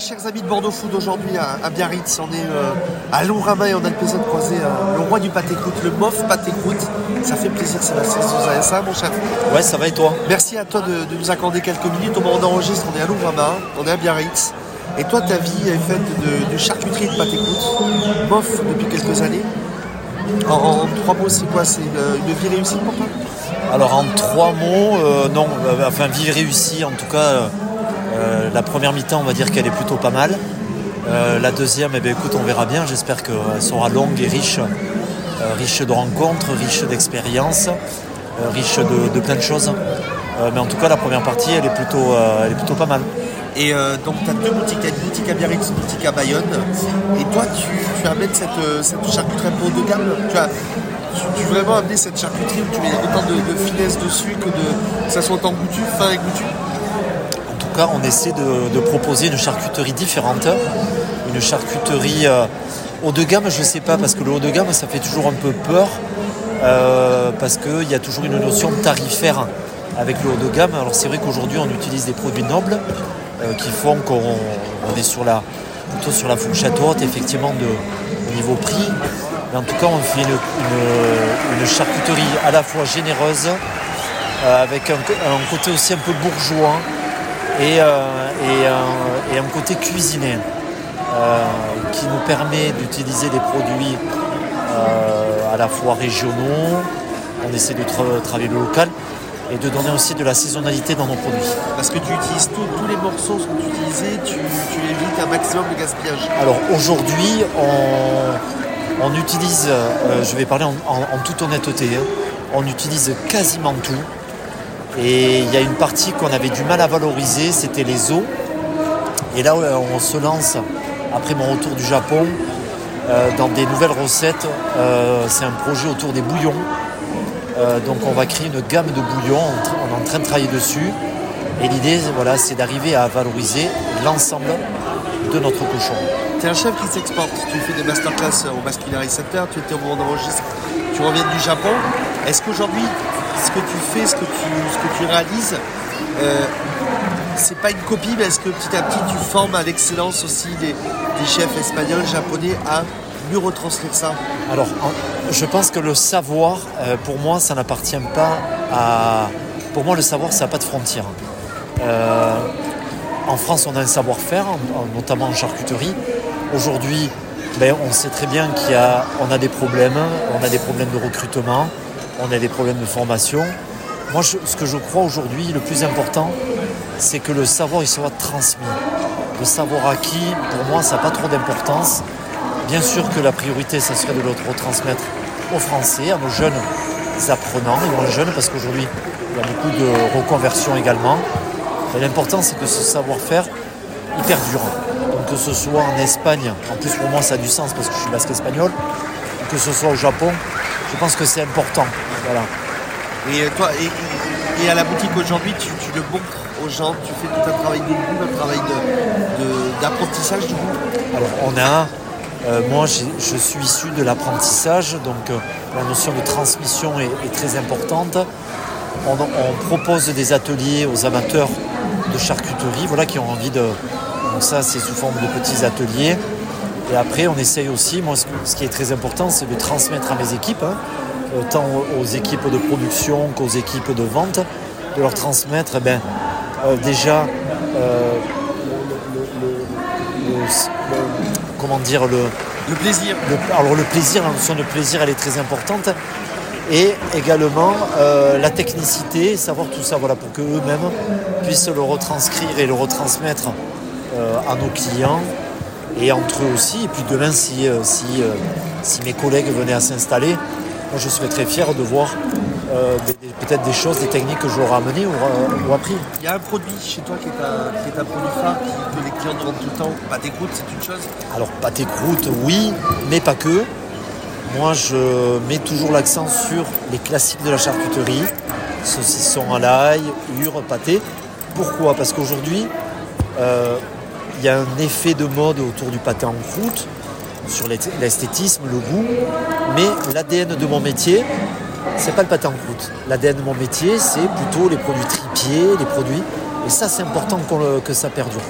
chers amis de Bordeaux Food, aujourd'hui à Biarritz. On est à Lourama et on a le plaisir de croiser le roi du pâté croûte, le MOF pâté croûte. Ça fait plaisir, Sébastien Souza. Ça, mon chef? Ouais, ça va et toi? Merci à toi de nous accorder quelques minutes. Au moment où on enregistre, on est à Lourama, on est à Biarritz. Et toi, ta vie est faite de charcuterie et de pâté croûte. MOF depuis quelques années. En 3 mots, c'est quoi? C'est une vie réussie pour toi? Alors en 3 mots, non, vie réussie en tout cas. La première mi-temps, on va dire qu'elle est plutôt pas mal. La deuxième, écoute, on verra bien. J'espère qu'elle sera longue et riche de rencontres, riche d'expériences, riche de plein de choses. Mais en tout cas, la première partie, elle est plutôt pas mal. Et donc, tu as 2 boutiques. Tu as une boutique à Biarritz, une boutique à Bayonne. Et toi, tu amènes cette charcuterie un peu haut de gamme. Tu veux vraiment amener cette charcuterie où tu mets autant de finesse dessus que ça soit autant goûtu, fin et goûtu? En tout cas, on essaie de proposer une charcuterie différente. Une charcuterie haut de gamme, je ne sais pas, parce que le haut de gamme, ça fait toujours un peu peur. Parce qu'il y a toujours une notion tarifaire avec le haut de gamme. Alors c'est vrai qu'aujourd'hui, on utilise des produits nobles qui font qu'on est plutôt sur la fourchette haute, effectivement, au niveau prix. Mais en tout cas, on fait une charcuterie à la fois généreuse, avec un côté aussi un peu bourgeois et un côté cuisiné, qui nous permet d'utiliser des produits à la fois régionaux. On essaie de travailler le local et de donner aussi de la saisonnalité dans nos produits. Parce que tu utilises tous les morceaux sont utilisés, tu évites un maximum de gaspillage. Alors aujourd'hui, on utilise, je vais parler en toute honnêteté, on utilise quasiment tout. Et il y a une partie qu'on avait du mal à valoriser, c'était les os. Et là, on se lance, après mon retour du Japon, dans des nouvelles recettes. C'est un projet autour des bouillons. Donc on va créer une gamme de bouillons, on est en train de travailler dessus. Et l'idée, voilà, c'est d'arriver à valoriser l'ensemble de notre cochon. Tu es un chef qui s'exporte, tu fais des masterclass au Basque Culinary Center, tu étais au moment d'enregistre, tu reviens du Japon. Est-ce qu'aujourd'hui, ce que tu fais, ce que tu réalises, c'est pas une copie, mais est-ce que petit à petit tu formes à l'excellence aussi des chefs espagnols, japonais à mieux retranscrire ça? Alors, je pense que le savoir, pour moi, ça n'appartient pas à... Pour moi, le savoir, ça n'a pas de frontières. En France, on a un savoir-faire, notamment en charcuterie. Aujourd'hui, on sait très bien qu'on a des problèmes. On a des problèmes de recrutement, on a des problèmes de formation. Moi, ce que je crois aujourd'hui, le plus important, c'est que le savoir il soit transmis. Le savoir acquis, pour moi, ça n'a pas trop d'importance. Bien sûr que la priorité, ça serait de le retransmettre aux Français, à nos jeunes apprenants et moins jeunes, parce qu'aujourd'hui, il y a beaucoup de reconversion également. Mais l'important, c'est que ce savoir-faire, il perdure. Donc que ce soit en Espagne, en plus pour moi ça a du sens parce que je suis basque espagnol, que ce soit au Japon, je pense que c'est important. Voilà. Et toi, et à la boutique aujourd'hui, tu le montres aux gens, tu fais tout un travail de goût, un travail d'apprentissage du goût? Alors moi je suis issu de l'apprentissage, donc la notion de transmission est très importante. On propose des ateliers aux amateurs de charcuterie, voilà, qui ont envie de... Donc ça, c'est sous forme de petits ateliers. Et après, on essaye aussi, moi, ce qui est très important, c'est de transmettre à mes équipes, tant aux équipes de production qu'aux équipes de vente, de leur transmettre déjà le plaisir. Alors le plaisir, la notion de plaisir, elle est très importante. Et également la technicité, savoir tout ça, voilà, pour qu'eux-mêmes puissent le retranscrire et le retransmettre à nos clients et entre eux aussi. Et puis demain, si mes collègues venaient à s'installer, moi je serais très fier de voir peut-être des choses, des techniques que j'aurais amenées ou appris. Il y a un produit chez toi qui est un produit phare que les clients demandent tout le temps. Pâté croûte, c'est une chose? Alors pâté croûte, oui, mais pas que. Moi, je mets toujours l'accent sur les classiques de la charcuterie, saucisson à l'ail, hure, pâté. Pourquoi? Parce qu'aujourd'hui, il y a un effet de mode autour du pâté en croûte, sur l'esthétisme, le goût. Mais l'ADN de mon métier, c'est pas le pâté en croûte. L'ADN de mon métier, c'est plutôt les produits tripiers, les produits... Et ça, c'est important que ça perdure.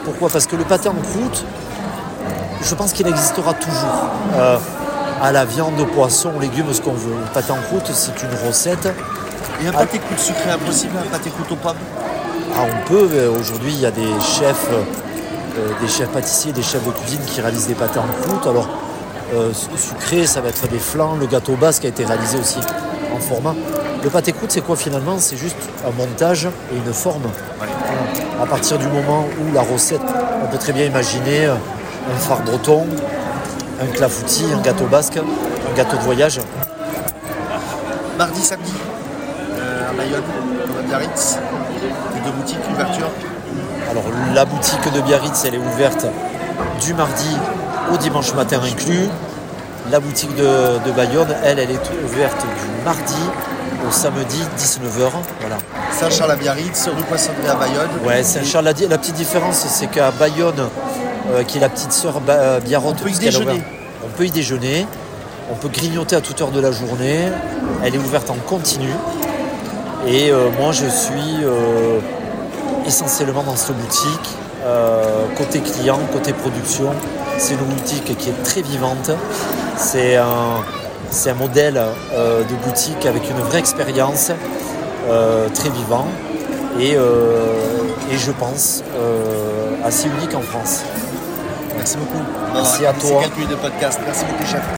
Pourquoi ? Parce que le pâté en croûte, je pense qu'il existera toujours. À la viande, au poisson, aux légumes, ce qu'on veut. Le pâté en croûte, c'est une recette. Et un pâté croûte sucré impossible, un pâté croûte aux pommes? Ah, on peut. Aujourd'hui, il y a des chefs pâtissiers, des chefs de cuisine qui réalisent des pâtés en croûte. Alors, sucré, ça va être des flans. Le gâteau basque a été réalisé aussi en format. Le pâté croûte, c'est quoi finalement ? C'est juste un montage et une forme. Ouais. À partir du moment où la recette, on peut très bien imaginer un phare breton, un clafoutis, un gâteau basque, un gâteau de voyage. Mardi, samedi, à Bayonne, comme à Biarritz, les 2 boutiques, l'ouverture. Alors la boutique de Biarritz, elle est ouverte du mardi au dimanche matin inclus. La boutique de Bayonne, elle est ouverte du mardi au samedi 19h. Voilà. Saint-Charles à Biarritz, rue Poissonnerie à Bayonne. Ouais, Saint-Charles, la petite différence, c'est qu'à Bayonne, qui est la petite sœur Biarrotte, On peut y déjeuner. On peut y déjeuner, on peut grignoter à toute heure de la journée. Elle est ouverte en continu. Et moi, je suis essentiellement dans cette boutique. Côté client, côté production, c'est une boutique qui est très vivante. C'est un modèle de boutique avec une vraie expérience, très vivant et je pense assez unique en France. Merci beaucoup. Merci à toi. C'est 4 minutes de podcast. Merci beaucoup, chef.